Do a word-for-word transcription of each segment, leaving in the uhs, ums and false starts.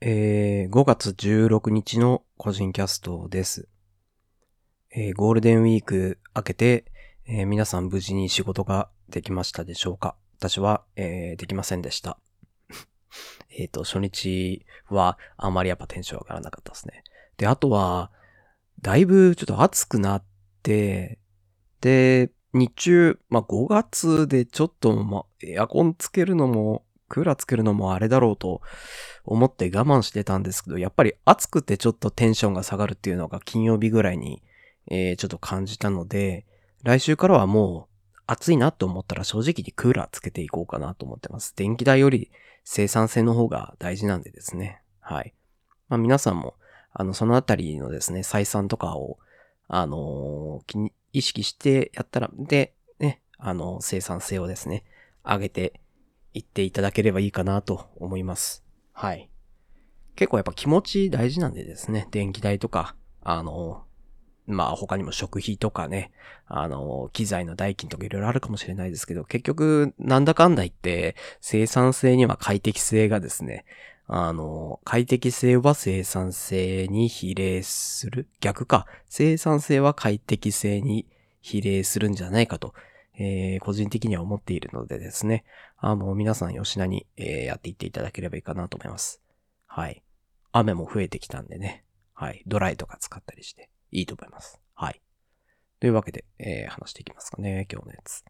えー、ごがつじゅうろくにちの個人キャストです。えー、ゴールデンウィーク明けて、えー、皆さん無事に仕事ができましたでしょうか？私は、えー、できませんでした。えっと、初日はあんまりやっぱテンション上がらなかったですね。で、あとは、だいぶちょっと暑くなって、で、日中、まあ、ごがつでちょっと、ま、エアコンつけるのも、クーラーつけるのもあれだろうと思って我慢してたんですけど、やっぱり暑くてちょっとテンションが下がるっていうのが金曜日ぐらいに、えー、ちょっと感じたので、来週からはもう暑いなと思ったら正直にクーラーつけていこうかなと思ってます。電気代より生産性の方が大事なんでですね。はい。まあ皆さんも、あの、そのあたりのですね、採算とかを、あのー気に、意識してやったら、で、ね、あの、生産性をですね、上げていっていただければいいかなと思います。はい。結構やっぱ気持ち大事なんでですね、電気代とか、あの、まあ他にも食費とかね、あの、機材の代金とかいろいろあるかもしれないですけど、結局なんだかんだ言って生産性には快適性がですね、あの、快適性は生産性に比例する。逆か。生産性は快適性に比例するんじゃないかと、えー、個人的には思っているのでですね、あの、皆さん吉田に、えー、やっていっていただければいいかなと思います。はい。雨も増えてきたんでね。はい。ドライとか使ったりしていいと思います。はい。というわけで、えー、話していきますかね、今日のやつ。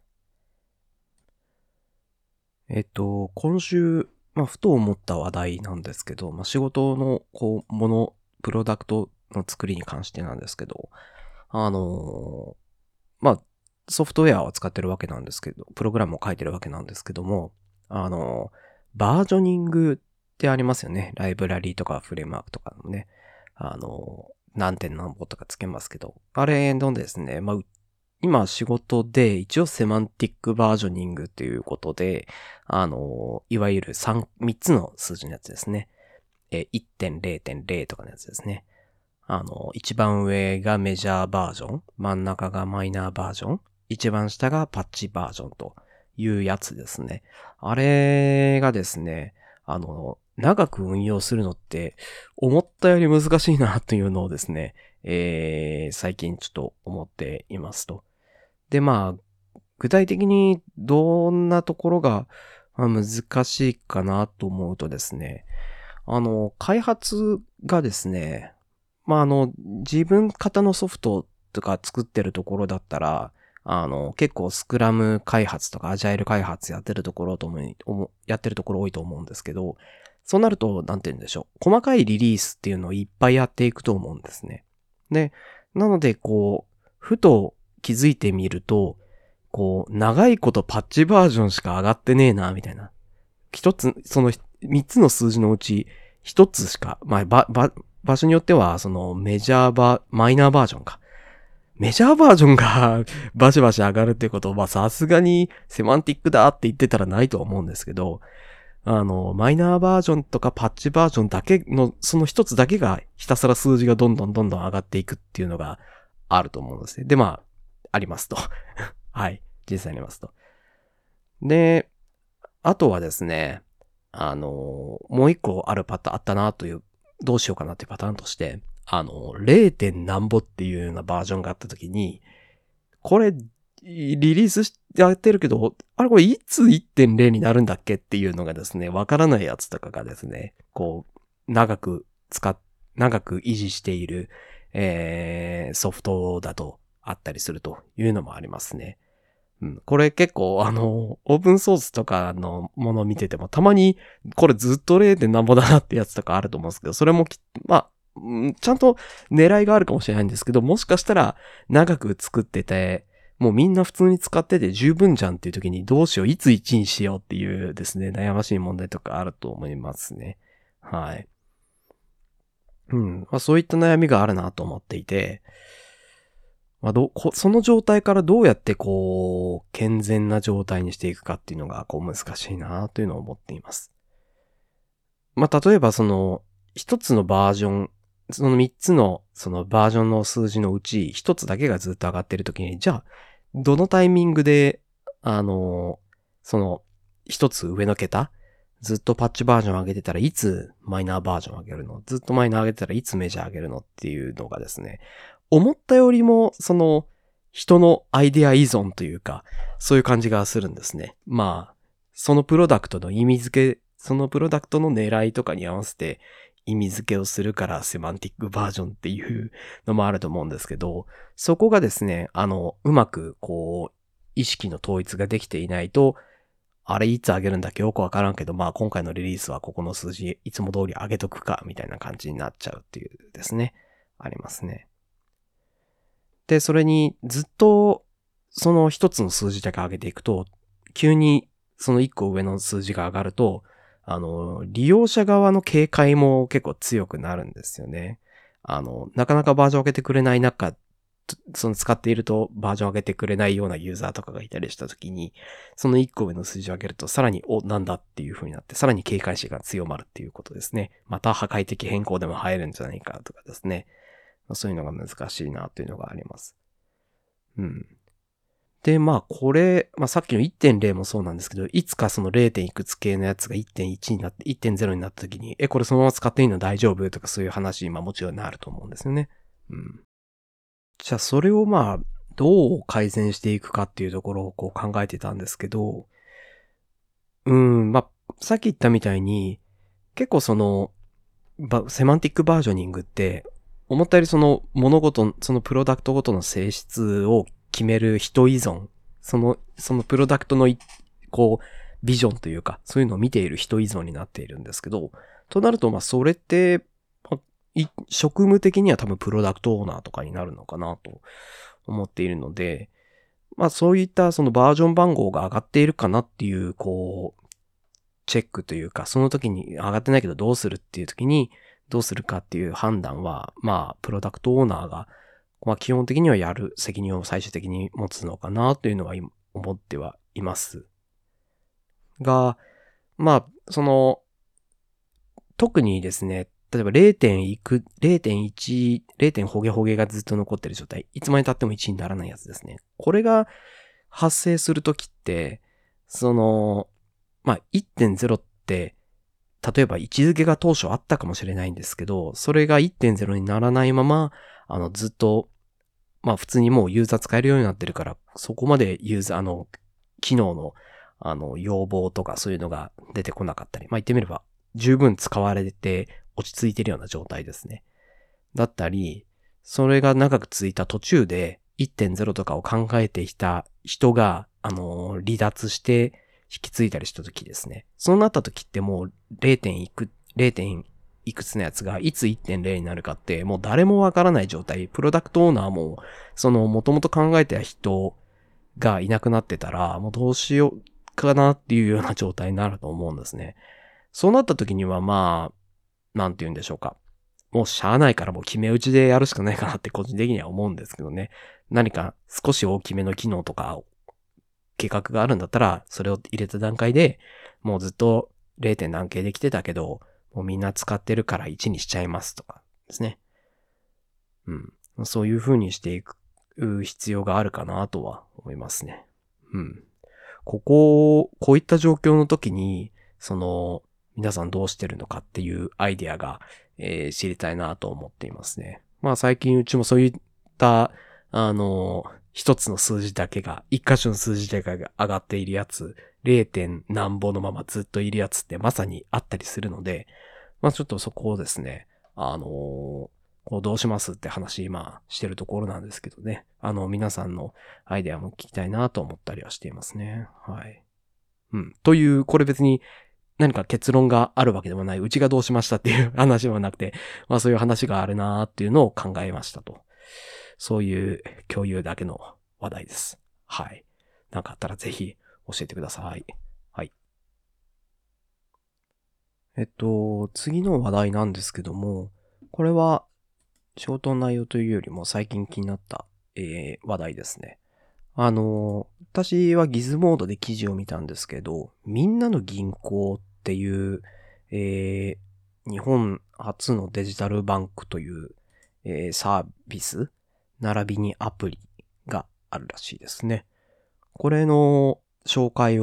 えっと、今週、まあ、ふと思った話題なんですけど、まあ、仕事の、こう、もの、プロダクトの作りに関してなんですけど、あのーまあ、ソフトウェアを使ってるわけなんですけど、プログラムを書いてるわけなんですけども、あのーバージョニングってありますよね。ライブラリーとかフレームワークとかのね。あのー何点何歩とかつけますけど、あれのですね、まあ、今仕事で一応セマンティックバージョニングっていうことで、あの、いわゆる3、三つの数字のやつですね。え、いってんれいてんれい とかのやつですね。あの、一番上がメジャーバージョン、真ん中がマイナーバージョン、一番下がパッチバージョンというやつですね。あれがですね、あの、長く運用するのって思ったより難しいなというのをですね、えー、最近ちょっと思っていますと。で、まあ、具体的にどんなところが難しいかなと思うとですね、あの、開発がですね、まあ、あの、自分型のソフトとか作ってるところだったら、あの、結構スクラム開発とかアジャイル開発やってるところとも、やってるところ多いと思うんですけど、そうなると、なんて言うんでしょう。細かいリリースっていうのをいっぱいやっていくと思うんですね。で、なので、こう、ふと気づいてみると、こう、長いことパッチバージョンしか上がってねえな、みたいな。一つ、その三つの数字のうち一つしか、まあ、ば、ば、場所によっては、そのメジャーバー、マイナーバージョンか。メジャーバージョンがバシバシ上がるってことを、まあさすがにセマンティックだって言ってたらないとは思うんですけど、あの、マイナーバージョンとかパッチバージョンだけの、その一つだけがひたすら数字がどんどんどんどん上がっていくっていうのがあると思うんですね。で、まあ、ありますと。はい。実際にありますと。で、あとはですね、あの、もう一個あるパターンあったなという、どうしようかなっていうパターンとして、あの、れい. 点何ぼっていうようなバージョンがあったときに、これ、リリースしてやってるけど、あれこれいつ いってんれい になるんだっけっていうのがですね、わからないやつとかがですね、こう、長く使っ、長く維持している、えー、ソフトだとあったりするというのもありますね。うん、これ結構あの、オープンソースとかのものを見ててもたまにこれずっと れい. なんぼだなってやつとかあると思うんですけど、それもきまあ、うん、ちゃんと狙いがあるかもしれないんですけど、もしかしたら長く作ってて、もうみんな普通に使ってて十分じゃんっていう時にどうしよう、いついちにしようっていうですね、悩ましい問題とかあると思いますね。はい。うん。まあそういった悩みがあるなと思っていて、まあ、どこその状態からどうやってこう、健全な状態にしていくかっていうのがこう難しいなというのを思っています。まあ、例えばその、一つのバージョン、その三つのそのバージョンの数字のうち一つだけがずっと上がっているときに、じゃあ、どのタイミングで、あの、その、一つ上の桁、 ずっとパッチバージョン上げてたらいつマイナーバージョン上げるの？ずっとマイナー上げてたらいつメジャー上げるのっていうのがですね、思ったよりも、その、人のアイデア依存というか、そういう感じがするんですね。まあ、そのプロダクトの意味付け、そのプロダクトの狙いとかに合わせて意味付けをするからセマンティックバージョンっていうのもあると思うんですけど、そこがですね、あの、うまくこう、意識の統一ができていないと、あれいつ上げるんだっけよくわからんけど、まあ今回のリリースはここの数字いつも通り上げとくか、みたいな感じになっちゃうっていうですね、ありますね。で、それにずっとその一つの数字だけ上げていくと、急にその一個上の数字が上がると、あの、利用者側の警戒も結構強くなるんですよね。あの、なかなかバージョン上げてくれない中、その使っているとバージョン上げてくれないようなユーザーとかがいたりしたときに、その一個上の数字を上げるとさらに、お、なんだっていう風になって、さらに警戒心が強まるっていうことですね。また破壊的変更でも入るんじゃないかとかですね。そういうのが難しいなというのがあります。うん。で、まあこれ、まあさっきの いってんゼロ もそうなんですけど、いつかその ゼロ. いくつ系のやつが いってんいち になって、いってんゼロ になった時に、え、これそのまま使っていいの大丈夫とかそういう話、まあもちろんなると思うんですよね。うん。じゃあそれをまあ、どう改善していくかっていうところをこう考えてたんですけど、うん、まあ、さっき言ったみたいに、結構その、セマンティックバージョニングって、思ったよりその物事、そのプロダクトごとの性質を決める人依存、その、そのプロダクトのこう、ビジョンというか、そういうのを見ている人依存になっているんですけど、となると、まあ、それって、職務的には多分プロダクトオーナーとかになるのかなと思っているので、まあそういったそのバージョン番号が上がっているかなっていう、こう、チェックというか、その時に上がってないけどどうするっていう時に、どうするかっていう判断は、まあ、プロダクトオーナーが、まあ基本的にはやる責任を最終的に持つのかなというのは思ってはいます。が、まあ、その、特にですね、例えば ゼロ. 点いく、ゼロてんいち、ゼロ. 点ほげほげがずっと残ってる状態。いつまで経ってもいちにならないやつですね。これが発生するときって、その、まあ、いってんゼロ って、例えば位置づけが当初あったかもしれないんですけど、それが いってんゼロ にならないまま、あの、ずっと、まあ普通にもうユーザー使えるようになってるから、そこまでユーザー、あの、機能の、あの、要望とかそういうのが出てこなかったり、まあ言ってみれば、十分使われて落ち着いてるような状態ですね。だったり、それが長く続いた途中で いってんゼロ とかを考えてきた人が、あの、離脱して引き継いだりした時ですね。そうなった時ってもう ゼロ. 点いく、ゼロ. 点いくつのやつがいつ いってんゼロ になるかってもう誰もわからない状態。プロダクトオーナーも、その元々考えてた人がいなくなってたら、もうどうしようかなっていうような状態になると思うんですね。そうなった時にはまあ、なんて言うんでしょうか。もうしゃあないからもう決め打ちでやるしかないかなって個人的には思うんですけどね。何か少し大きめの機能とか計画があるんだったら、それを入れた段階でもうずっと ゼロ. 点何系できてたけど、もうみんな使ってるからいちにしちゃいますとかですね。うん。そういう風にしていく必要があるかなとは思いますね。うん。ここ、こういった状況の時に、その、皆さんどうしてるのかっていうアイデアが、えー、知りたいなと思っていますね。まあ最近うちもそういった、あの、一つの数字だけが、一箇所の数字だけが上がっているやつ、ゼロ. 点何ぼのままずっといるやつってまさにあったりするので、まあちょっとそこをですね、あのーこうどうしますって話今してるところなんですけどね。あの皆さんのアイデアも聞きたいなと思ったりはしていますね。はい。うん。という、これ別に何か結論があるわけでもない、うちがどうしましたっていう話ではなくて、まあそういう話があるなーっていうのを考えましたと。そういう共有だけの話題です。はい。なんかあったらぜひ教えてください。はい。えっと、次の話題なんですけども、これは仕事の内容というよりも最近気になった、えー、話題ですね。あの、私はギズモードで記事を見たんですけど、みんなの銀行っていう、えー、日本初のデジタルバンクという、えー、サービス、並びにアプリがあるらしいですね。これの紹介を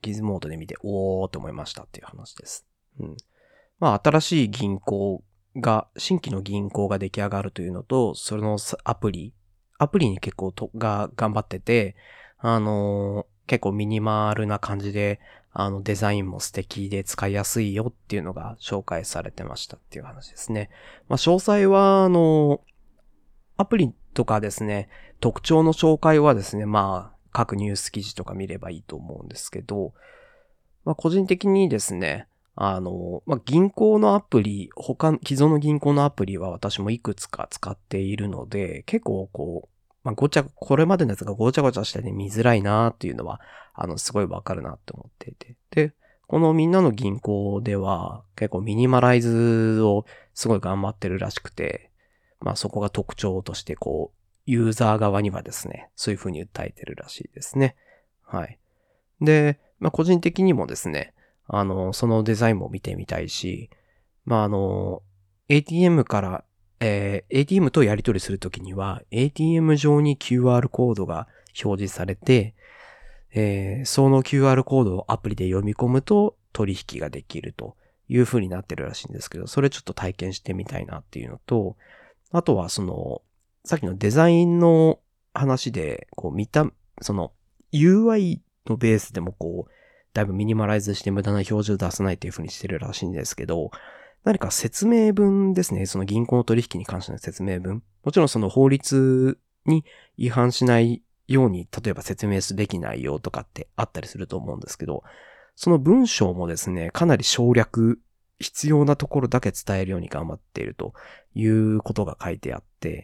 ギズモードで見て、おーって思いましたっていう話です。うん。まあ、新しい銀行が、新規の銀行が出来上がるというのと、そのアプリ、アプリに結構とが頑張ってて、あのー、結構ミニマルな感じで、あの、デザインも素敵で使いやすいよっていうのが紹介されてましたっていう話ですね。まあ、詳細は、あの、アプリとかですね、特徴の紹介はですね、まあ、各ニュース記事とか見ればいいと思うんですけど、まあ、個人的にですね、あの、まあ、銀行のアプリ、他、既存の銀行のアプリは私もいくつか使っているので、結構こう、まあ、ごちゃ、これまでのやつがごちゃごちゃしてて見づらいなっていうのは、あの、すごいわかるなって思っていて。で、このみんなの銀行では、結構ミニマライズをすごい頑張ってるらしくて、まあそこが特徴としてこう、ユーザー側にはですね、そういう風に訴えてるらしいですね。はい。で、まあ個人的にもですね、あの、そのデザインも見てみたいし、まああの、エーティーエム から、えー、エーティーエム とやり取りするときには、エーティーエム 上に キューアール コードが表示されて、えー、その キューアール コードをアプリで読み込むと取引ができるという風になってるらしいんですけど、それちょっと体験してみたいなっていうのと、あとはその、さっきのデザインの話で、こう見た、その ユーアイ のベースでもこう、だいぶミニマライズして無駄な表示を出さないっていう風にしてるらしいんですけど、何か説明文ですね、その銀行の取引に関しての説明文。もちろんその法律に違反しないように、例えば説明すべき内容とかってあったりすると思うんですけど、その文章もですね、かなり省略、必要なところだけ伝えるように頑張っているということが書いてあって、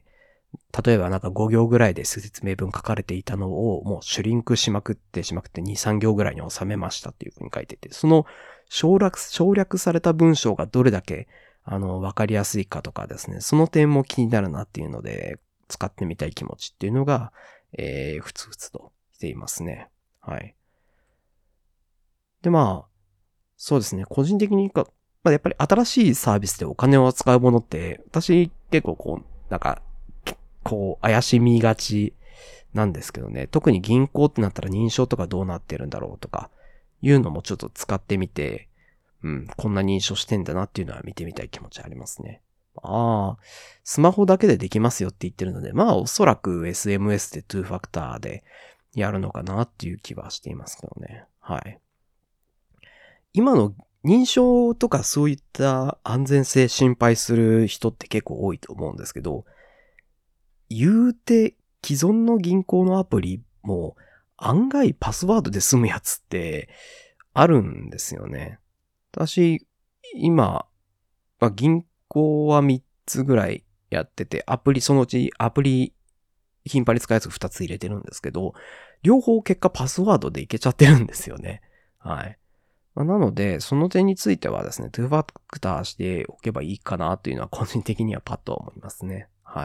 例えばなんかご行ぐらいで説明文書かれていたのをもうシュリンクしまくってしまくってに、さん行ぐらいに収めましたっていうふうに書いてて、その省略、省略された文章がどれだけあの、わかりやすいかとかですね、その点も気になるなっていうので、使ってみたい気持ちっていうのが、えー、ふつふつとしていますね。はい。で、まあ、そうですね、個人的にか、まあ、やっぱり新しいサービスでお金を使うものって、私結構こう、なんか、こう、怪しみがちなんですけどね、特に銀行ってなったら認証とかどうなってるんだろうとか、いうのもちょっと使ってみて、うん、こんな認証してんだなっていうのは見てみたい気持ちありますね。ああ、スマホだけでできますよって言ってるので、まあおそらく エスエムエス でにファクターでやるのかなっていう気はしていますけどね。はい。今の認証とかそういった安全性心配する人って結構多いと思うんですけど、言うて既存の銀行のアプリも案外パスワードで済むやつってあるんですよね。私、今、まあ、銀行はみっつぐらいやってて、アプリ、そのうちアプリ頻繁に使うやつふたつ入れてるんですけど、両方結果パスワードでいけちゃってるんですよね。はい。まあ、なので、その点についてはですね、にファクターしておけばいいかなというのは個人的にはパッと思いますね。はい。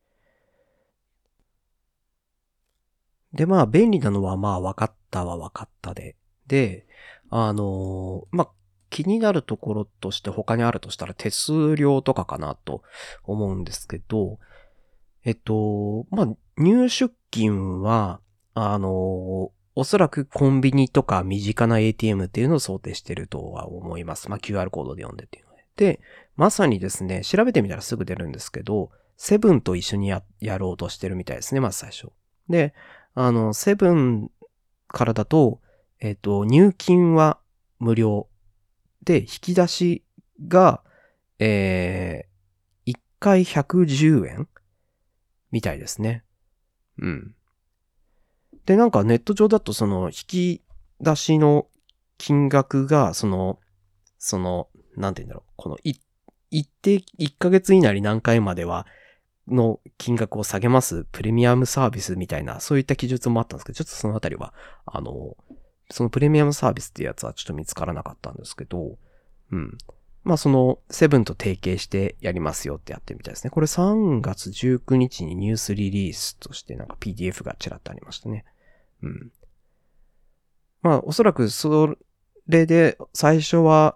で、まあ、便利なのはまあ、分かったは分かったで。で、あのーまあ、気になるところとして他にあるとしたら手数料とかかなと思うんですけど、えっと、まあ、入出金は、あの、おそらくコンビニとか身近な エーティーエム っていうのを想定してるとは思います。まあ、キューアール コードで読んでっていうので。で、まさにですね、調べてみたらすぐ出るんですけど、セブンと一緒に や, やろうとしてるみたいですね、まず最初。で、あの、セブンからだと、えっと、入金は無料。で、引き出しが、えー、いっかいひゃくじゅうえんみたいですね。うん。で、なんかネット上だとその引き出しの金額が、その、その、なんて言うんだろう。このい、一定、いっかげつ以内に何回までは、の金額を下げますプレミアムサービスみたいな、そういった記述もあったんですけど、ちょっとそのあたりは、あの、そのプレミアムサービスっていうやつはちょっと見つからなかったんですけど、うん。まあそのセブンと提携してやりますよってやってるみたいですね。これさんがつじゅうくにちにニュースリリースとしてなんか ピーディーエフ がちらっとありましたね。うん。まあおそらくそれで最初は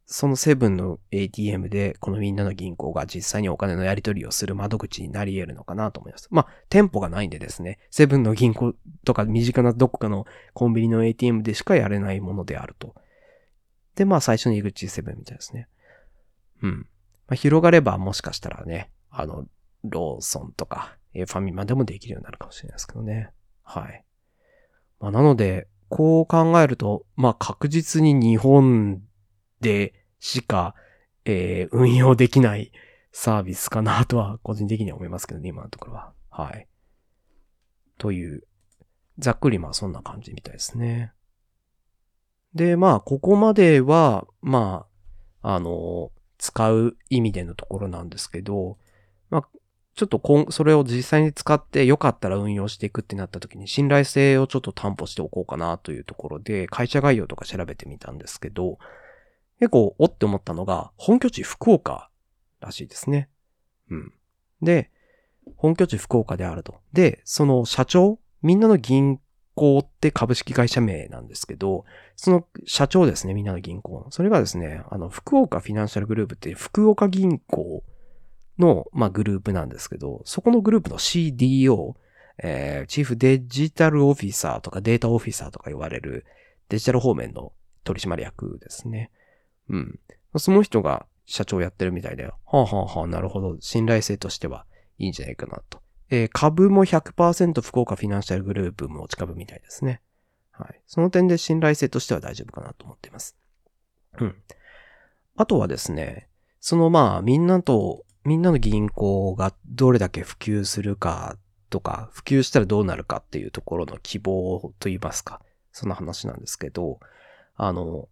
そのセブンの エーティーエム で、このみんなの銀行が実際にお金のやり取りをする窓口になり得るのかなと思います。まあ、店舗がないんでですね、セブンの銀行とか身近などこかのコンビニの エーティーエム でしかやれないものであると。で、まあ、最初の入り口セブンみたいですね。うん。まあ、広がればもしかしたらね、あの、ローソンとか、ファミマでもできるようになるかもしれないですけどね。はい。まあ、なので、こう考えると、まあ、確実に日本でしか、えー、運用できないサービスかなとは個人的には思いますけどね、今のところは。はい。という、ざっくりまあそんな感じみたいですね。で、まあ、ここまでは、まあ、あの、使う意味でのところなんですけど、まあ、ちょっとこん、それを実際に使ってよかったら運用していくってなった時に信頼性をちょっと担保しておこうかなというところで、会社概要とか調べてみたんですけど、結構、おって思ったのが、本拠地福岡らしいですね。うん。で、本拠地福岡であると。で、その社長、みんなの銀行って株式会社名なんですけど、その社長ですね、みんなの銀行の。それがですね、あの、福岡フィナンシャルグループって福岡銀行の、まあ、グループなんですけど、そこのグループの シーディーオー、えー、チーフデジタルオフィサーとかデータオフィサーとか言われるデジタル方面の取締役ですね。うん。その人が社長やってるみたいで、はあはあはあ、なるほど。信頼性としてはいいんじゃないかなと。えー、株も ひゃくパーセント 福岡フィナンシャルグループ持ち株みたいですね。はい。その点で信頼性としては大丈夫かなと思っています。うん。あとはですね、そのまあみんなと、みんなの銀行がどれだけ普及するかとか、普及したらどうなるかっていうところの希望といいますか、そんな話なんですけど、あの、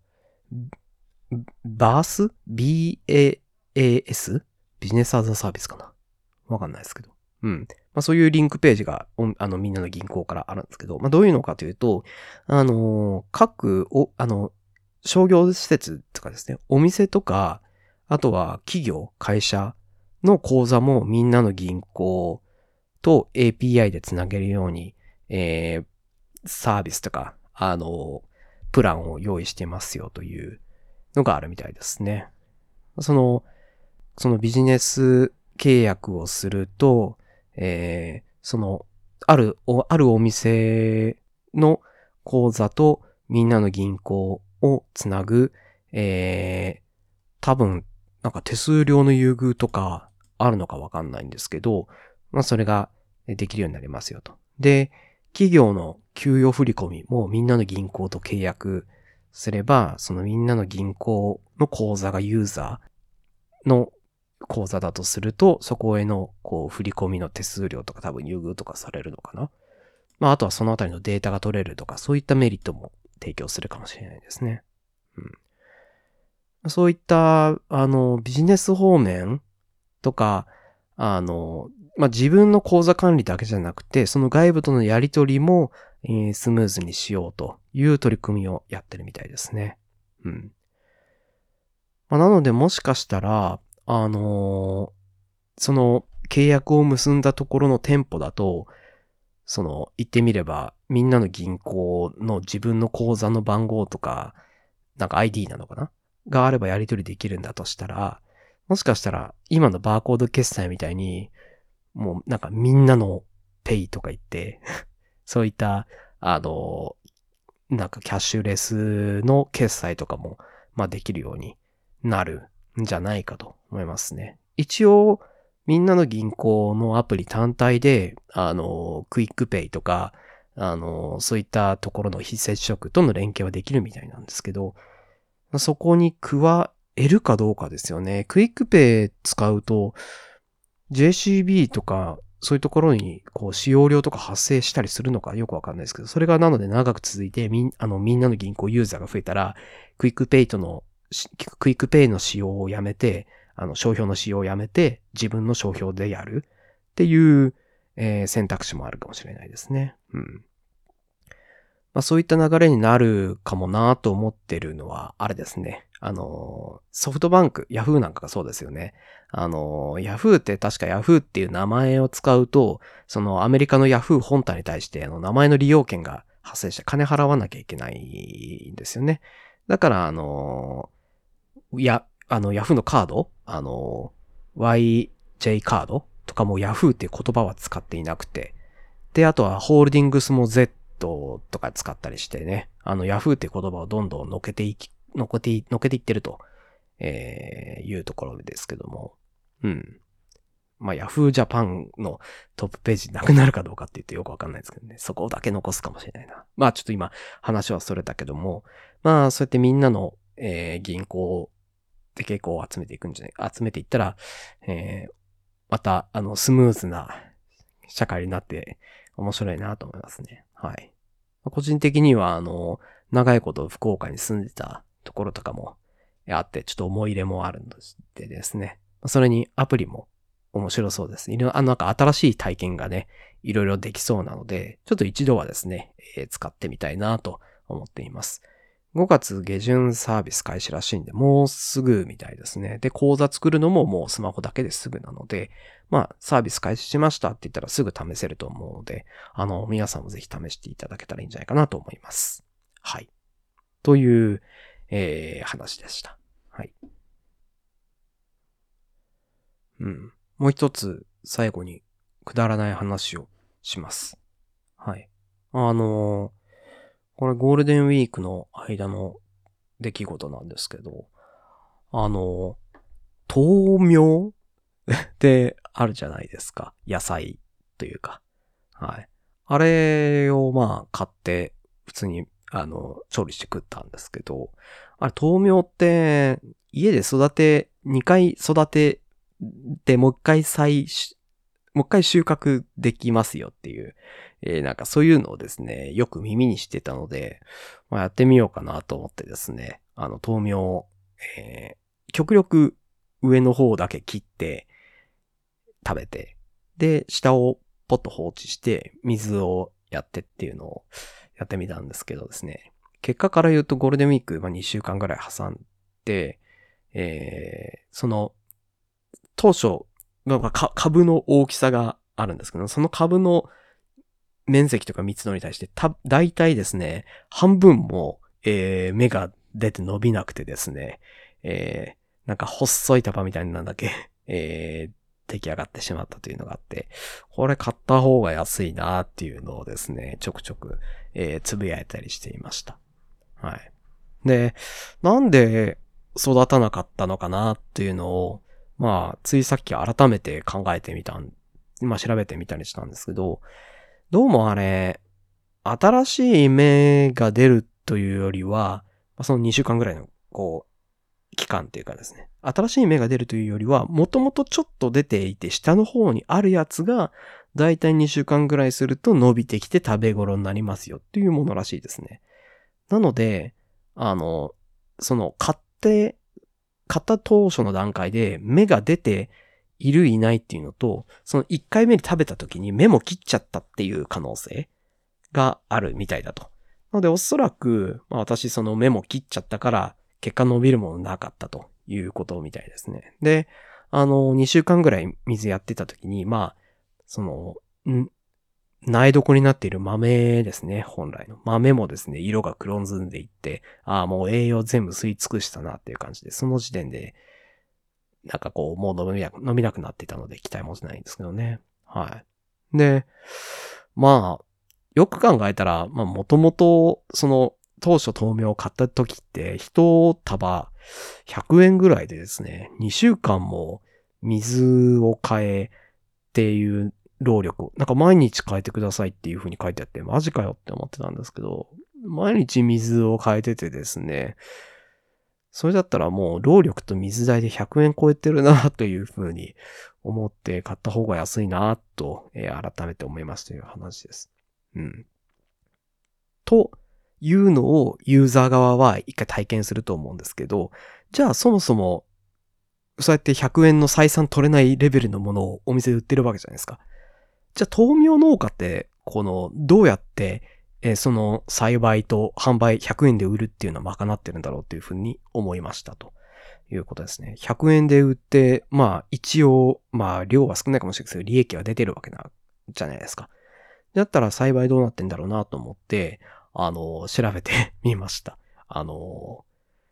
バース ?ビーエーエス? ビジネスアザサービスかなわかんないですけど。うん。まあそういうリンクページが、あの、みんなの銀行からあるんですけど、まあどういうのかというと、あの、各、お、あの、商業施設とかですね、お店とか、あとは企業、会社の口座もみんなの銀行と エーピーアイ でつなげるように、えー、サービスとか、あの、プランを用意してますよというのがあるみたいですね。その、そのビジネス契約をすると、えー、その、ある、あるお店の口座とみんなの銀行をつなぐ、えー、多分、なんか手数料の優遇とかあるのかわかんないんですけど、まあそれができるようになりますよと。で、企業の給与振込もみんなの銀行と契約すれば、そのみんなの銀行の口座がユーザーの口座だとすると、そこへのこう振り込みの手数料とか多分優遇とかされるのかな。まああとはそのあたりのデータが取れるとか、そういったメリットも提供するかもしれないですね。うん。そういった、あの、ビジネス方面とか、あの、まあ、自分の口座管理だけじゃなくて、その外部とのやり取りも、えー、スムーズにしようという取り組みをやってるみたいですね。うん。まあ、なので、もしかしたら、あのー、その契約を結んだところの店舗だと、その、言ってみれば、みんなの銀行の自分の口座の番号とか、なんか アイディー なのかながあればやり取りできるんだとしたら、もしかしたら、今のバーコード決済みたいに、もうなんかみんなのペイとか言って、そういった、あの、なんかキャッシュレスの決済とかも、まあできるようになるんじゃないかと思いますね。一応、みんなの銀行のアプリ単体で、あの、クイックペイとか、あの、そういったところの非接触との連携はできるみたいなんですけど、そこに加えるかどうかですよね。クイックペイ使うと、ジェーシービー とか、そういうところに、こう、使用料とか発生したりするのかよくわかんないですけど、それがなので長く続いて、みん、あの、みんなの銀行ユーザーが増えたら、クイックペイとの、クイックペイの使用をやめて、あの、商標の使用をやめて、自分の商標でやるっていう、えー、選択肢もあるかもしれないですね。うん。まあそういった流れになるかもなと思ってるのは、あれですね。あの、ソフトバンク、ヤフーなんかがそうですよね。あの、ヤフーって確かヤフーっていう名前を使うと、そのアメリカのヤフー本体に対してあの名前の利用権が発生して金払わなきゃいけないんですよね。だから、あの、 や、あの、Yahoo のカード、あの、ワイジェイ カードとかも Yahoo っていう言葉は使っていなくて、で、あとはホールディングスも Z とか使ったりしてね、あの Yahoo っていう言葉をどんどんのけていき、のけてい、のけていってると、えー、いうところですけども、うん。まあ Yahoo Japan のトップページなくなるかどうかって言うとよくわかんないですけどね、そこだけ残すかもしれないな。まあちょっと今話はそれたけども、まあそうやってみんなの、えー、銀行で結構集めていくんじゃない、集めていったら、えー、またあのスムーズな社会になって面白いなと思いますね。はい。個人的には、あの、長いこと福岡に住んでたところとかもあって、ちょっと思い入れもあるのでですね。それにアプリも面白そうです。いろいろ、あの、なんか新しい体験がね、いろいろできそうなので、ちょっと一度はですね、えー使ってみたいなと思っています。ごがつ下旬サービス開始らしいんで、もうすぐみたいですね。で、口座作るのももうスマホだけですぐなので、まあ、サービス開始しましたって言ったらすぐ試せると思うので、あの、皆さんもぜひ試していただけたらいいんじゃないかなと思います。はい。という、えー、話でした。はい。うん。もう一つ、最後に、くだらない話をします。はい。あのーこれゴールデンウィークの間の出来事なんですけど、あのー豆苗ってあるじゃないですか。野菜というか。はい。あれをまあ買って普通にあの調理して食ったんですけど、あれ豆苗って家で育て、にかい育ててもう一回再、もう一回収穫できますよっていう、えーなんかそういうのをですね、よく耳にしてたので、まあ、やってみようかなと思ってですね、あの豆苗を、えー極力上の方だけ切って食べて、で、下をポッと放置して水をやってっていうのをやってみたんですけどですね、結果から言うとゴールデンウィーク、まあ、にしゅうかんぐらい挟んで、えー、その当初、まあ、株の大きさがあるんですけど、その株の面積とか密度に対して、た、大体ですね、半分も、えー、芽が出て伸びなくてですね、えー、なんか細い束みたいなんだけ、えー、出来上がってしまったというのがあって、これ買った方が安いなっていうのをですね、ちょくちょく、えー、つぶやいたりしていました。はい。で、なんで育たなかったのかなっていうのを、まあ、ついさっき改めて考えてみたん、まあ調べてみたりしたんですけど、どうもあれ、新しい芽が出るというよりは、そのにしゅうかんぐらいの、こう、期間っていうかですね、新しい芽が出るというよりは、もともとちょっと出ていて、下の方にあるやつが、だいたいにしゅうかんぐらいすると伸びてきて食べ頃になりますよっていうものらしいですね。なので、あの、その、買って、買った当初の段階で芽が出ているいないっていうのと、そのいっかいめに食べた時に芽も切っちゃったっていう可能性があるみたいだと。なのでおそらく、まあ私その芽も切っちゃったから結果伸びるものなかったということみたいですね。で、あの、にしゅうかんぐらい水やってた時に、まあ、その、ん苗床になっている豆ですね、本来の。豆もですね、色が黒ずんでいって、ああ、もう栄養全部吸い尽くしたなっていう感じで、その時点で、なんかこう、もう飲みなく、飲みなくなっていたので期待もしないんですけどね。はい。で、まあ、よく考えたら、まあ、もともと、その、当初豆苗を買った時って、一束ひゃくえんぐらいでですね、にしゅうかんも水を変えっていう労力、なんか毎日変えてくださいっていう風に書いてあって、マジかよって思ってたんですけど、毎日水を変えててですね、それだったらもう労力と水代でひゃくえん超えてるなという風に思って買った方が安いなと、えー改めて思いますという話です。うん。というのをユーザー側は一回体験すると思うんですけど、じゃあそもそもそうやってひゃくえんの採算取れないレベルのものをお店で売ってるわけじゃないですか。じゃあ豆苗農家って、この、どうやって、えーその栽培と販売ひゃくえんで売るっていうのは賄ってるんだろうっていうふうに思いましたということですね。ひゃくえんで売って、まあ一応、まあ量は少ないかもしれないけど、利益は出てるわけな、じゃないですか。だったら栽培どうなってんだろうなと思って、あの、調べてみました。あの、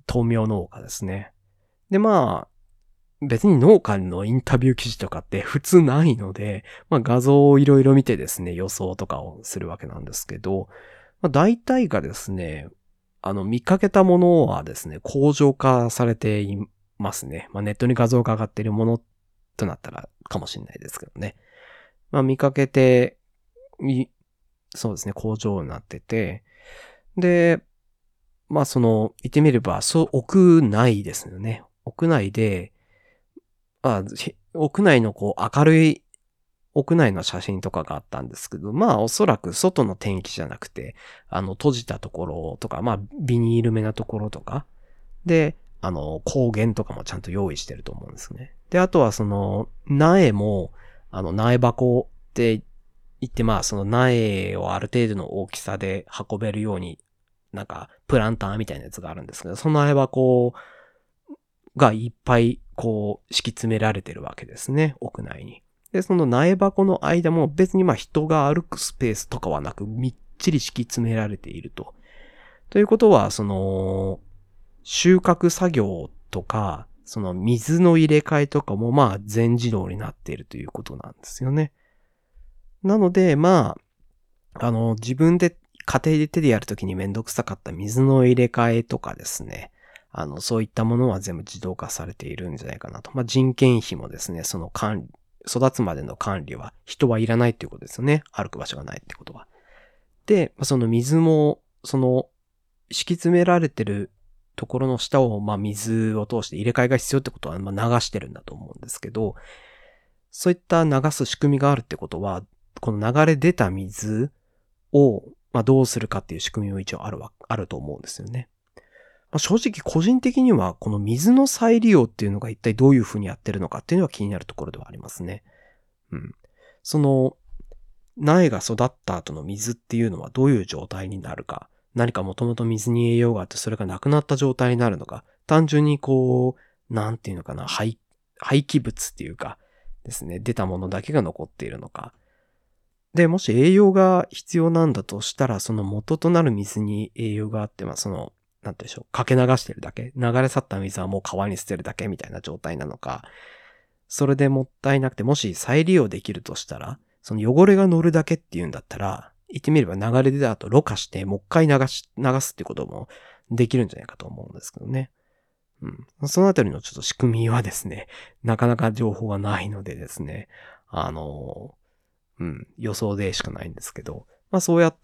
豆苗農家ですね。で、まあ、別に農家のインタビュー記事とかって普通ないので、まあ画像をいろいろ見てですね、予想とかをするわけなんですけど、まあ大体がですね、あの見かけたものはですね、工場化されていますね。まあネットに画像が上がっているものとなったらかもしれないですけどね。まあ見かけて、そうですね、工場になってて、で、まあその、言ってみれば、そう、屋内ですよね。屋内で、まあ、屋内のこう明るい屋内の写真とかがあったんですけど、まあおそらく外の天気じゃなくて、あの閉じたところとか、まあビニール目なところとか、で、あの光源とかもちゃんと用意してると思うんですね。で、あとはその苗も、あの苗箱って言ってまあその苗をある程度の大きさで運べるように、なんかプランターみたいなやつがあるんですけど、その苗箱がいっぱいこう敷き詰められてるわけですね、屋内に。で、その苗箱の間も別にまあ人が歩くスペースとかはなく、みっちり敷き詰められていると。ということは、その、収穫作業とか、その水の入れ替えとかもまあ全自動になっているということなんですよね。なので、まあ、あの、自分で家庭で手でやるときにめんどくさかった水の入れ替えとかですね。あの、そういったものは全部自動化されているんじゃないかなと。まあ、人件費もですね、その管理、育つまでの管理は人はいらないっていうことですよね。歩く場所がないってことは。で、その水も、その、敷き詰められてるところの下を、まあ、水を通して入れ替えが必要ってことは、まあ、流してるんだと思うんですけど、そういった流す仕組みがあるってことは、この流れ出た水を、まあ、どうするかっていう仕組みも一応あるわ、あると思うんですよね。まあ、正直個人的にはこの水の再利用っていうのが一体どういうふうにやってるのかっていうのは気になるところではありますね。うん。その、苗が育った後の水っていうのはどういう状態になるか。何かもともと水に栄養があってそれがなくなった状態になるのか。単純にこう、なんていうのかな、廃、廃棄物っていうかですね、出たものだけが残っているのか。で、もし栄養が必要なんだとしたら、その元となる水に栄養があって、まあその、なんてでしょう、かけ流してるだけ、流れ去った水はもう川に捨てるだけみたいな状態なのか、それでもったいなくて、もし再利用できるとしたら、その汚れが乗るだけっていうんだったら、言ってみれば流れ出た後、ろ過して、もう一回流し、流すってこともできるんじゃないかと思うんですけどね。うん。そのあたりのちょっと仕組みはですね、なかなか情報がないのでですね、あの、うん、予想でしかないんですけど、まあそうやって、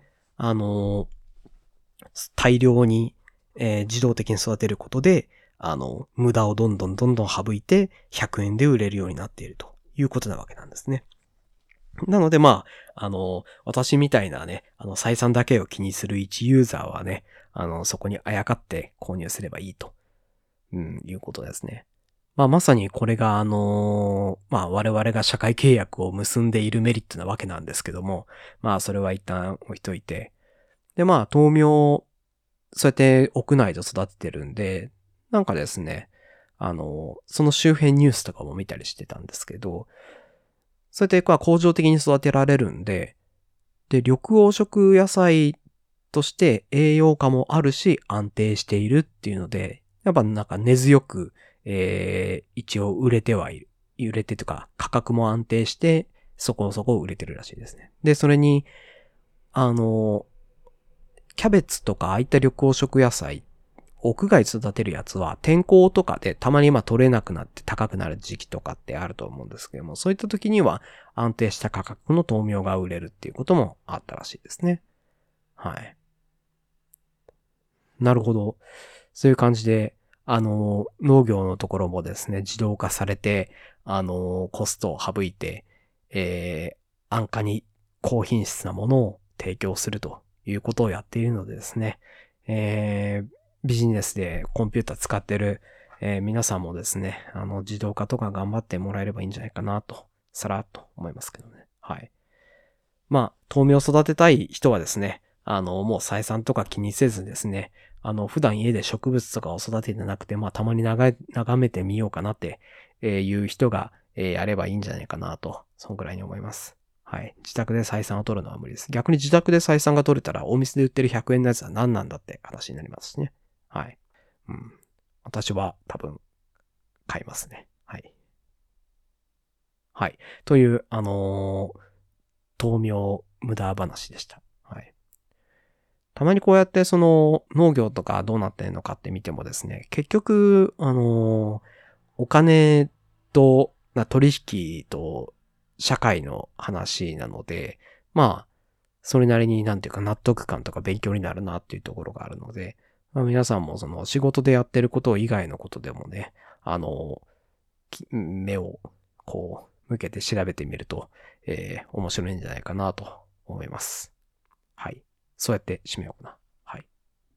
あの、大量に、えー自動的に育てることで、あの、無駄をどんどんどんどん省いて、ひゃくえんで売れるようになっているということなわけなんですね。なのでまあ、あの、私みたいなね、あの、採算だけを気にする一ユーザーはね、あの、そこにあやかって購入すればいいと、うん、いうことですね。まあまさにこれがあのーまあ我々が社会契約を結んでいるメリットなわけなんですけども、まあそれは一旦置いといて。でまあ豆苗、そうやって屋内で育ててるんで、なんかですね、あのーその周辺ニュースとかも見たりしてたんですけど、そうやってこう工場的に育てられるんで、で、緑黄色野菜として栄養価もあるし安定しているっていうので、やっぱなんか根強く、えー、一応売れてはいる。売れてとか価格も安定してそこそこ売れてるらしいですね。で、それに、あの、キャベツとかああいった緑黄色野菜、屋外で育てるやつは天候とかでたまにまあ取れなくなって高くなる時期とかってあると思うんですけども、そういった時には安定した価格の豆苗が売れるっていうこともあったらしいですね。はい。なるほど。そういう感じで、あの、農業のところもですね、自動化されて、あの、コストを省いて、えー、安価に高品質なものを提供するということをやっているのでですね、えー、ビジネスでコンピューター使ってる、えー皆さんもですね、あの、自動化とか頑張ってもらえればいいんじゃないかなと、さらっと思いますけどね。はい。まあ、豆苗を育てたい人はですね、あの、もう採算とか気にせずですね、あの、普段家で植物とかを育ててなくて、まあ、たまに眺めてみようかなっていう人が、えーやればいいんじゃないかなと、そのくらいに思います。はい。自宅で採算を取るのは無理です。逆に自宅で採算が取れたら、お店で売ってるひゃくえんのやつは何なんだって話になりますしね。はい。 うん。私は多分買いますね。はい。はい。という、あのー、豆苗無駄話でした。はい。たまにこうやってその農業とかどうなってんのかって見てもですね、結局、あのー、お金と、な取引と社会の話なので、まあ、それなりになんていうか納得感とか勉強になるなっていうところがあるので、まあ、皆さんもその仕事でやってること以外のことでもね、あの、目をこう向けて調べてみると、えー、面白いんじゃないかなと思います。はい。そうやって締めようかな。はい。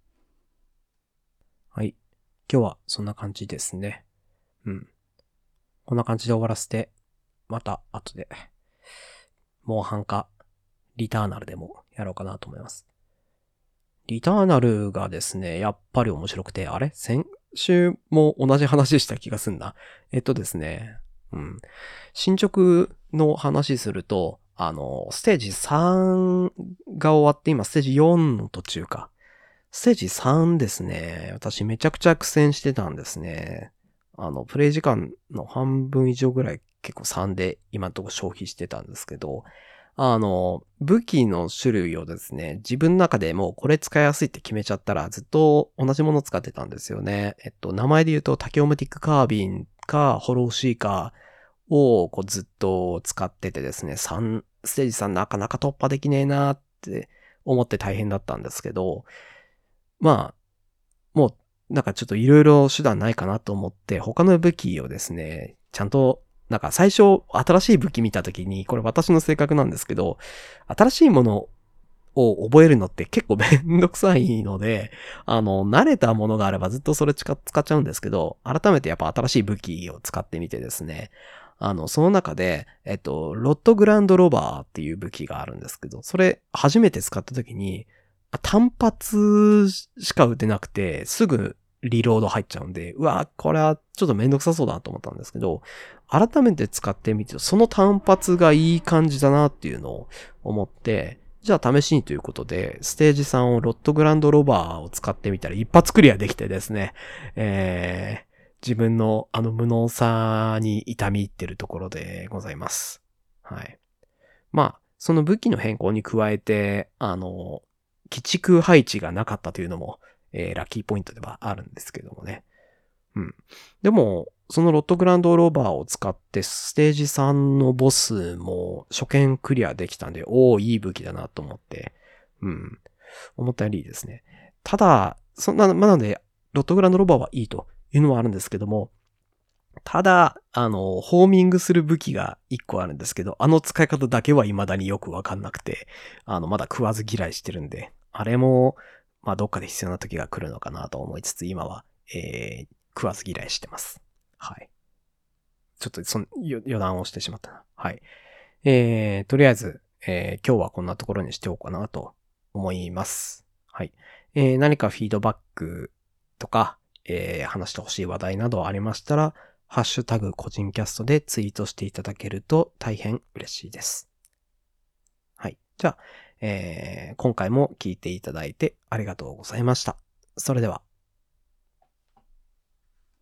はい。今日はそんな感じですね。うん。こんな感じで終わらせて、また後で、モンハンか、リターナルでもやろうかなと思います。リターナルがですね、やっぱり面白くて、あれ先週も同じ話した気がすんな。えっとですね、うん。進捗の話すると、あの、ステージさんが終わって今ステージよんの途中か。ステージさんですね。私めちゃくちゃ苦戦してたんですね。あの、プレイ時間の半分以上ぐらい結構さんで今のところ消費してたんですけど、あの、武器の種類をですね、自分の中でもうこれ使いやすいって決めちゃったらずっと同じものを使ってたんですよね。えっと、名前で言うとタケオムティックカービンかホローシーカーをこうずっと使っててですね、さん、ステージさんなかなか突破できねえなって思って大変だったんですけど、まあ、もうなんかちょっといろいろ手段ないかなと思って他の武器をですね、ちゃんとなんか最初新しい武器見た時に、これ私の性格なんですけど、新しいものを覚えるのって結構めんどくさいので、あの、慣れたものがあればずっとそれ使っちゃうんですけど、改めてやっぱ新しい武器を使ってみてですね、あの、その中で、えっと、ロットグランドロバーっていう武器があるんですけど、それ初めて使った時に、単発しか打てなくて、すぐリロード入っちゃうんで、うわ、これはちょっとめんどくさそうだなと思ったんですけど、改めて使ってみて、その単発がいい感じだなっていうのを思って、じゃあ試しにということで、ステージさんをロットグランドロバーを使ってみたら一発クリアできてですね、えー、自分のあの無能さに痛み入ってるところでございます。はい。まあ、その武器の変更に加えて、あの、鬼畜配置がなかったというのも、えー、ラッキーポイントではあるんですけどもね。うん。でも、そのロットグランドローバーを使ってステージさんのボスも初見クリアできたんで、おー、いい武器だなと思って、うん。思ったよりいいですね。ただ、そんな、まあ、なので、ロットグランドローバーはいいというのはあるんですけども、ただ、あの、ホーミングする武器が一個あるんですけど、あの使い方だけは未だによくわかんなくて、あの、まだ食わず嫌いしてるんで、あれも、まあ、どっかで必要な時が来るのかなと思いつつ、今は、えー、食わず嫌いしてます。はい。ちょっと、その、余談をしてしまったな。はい。えー、とりあえず、えー、今日はこんなところにしておこうかなと思います。はい。えー、何かフィードバックとか、えー、話してほしい話題などありましたら、ハッシュタグ個人キャストでツイートしていただけると大変嬉しいです。はい。じゃあ、えー、今回も聞いていただいてありがとうございました。それでは。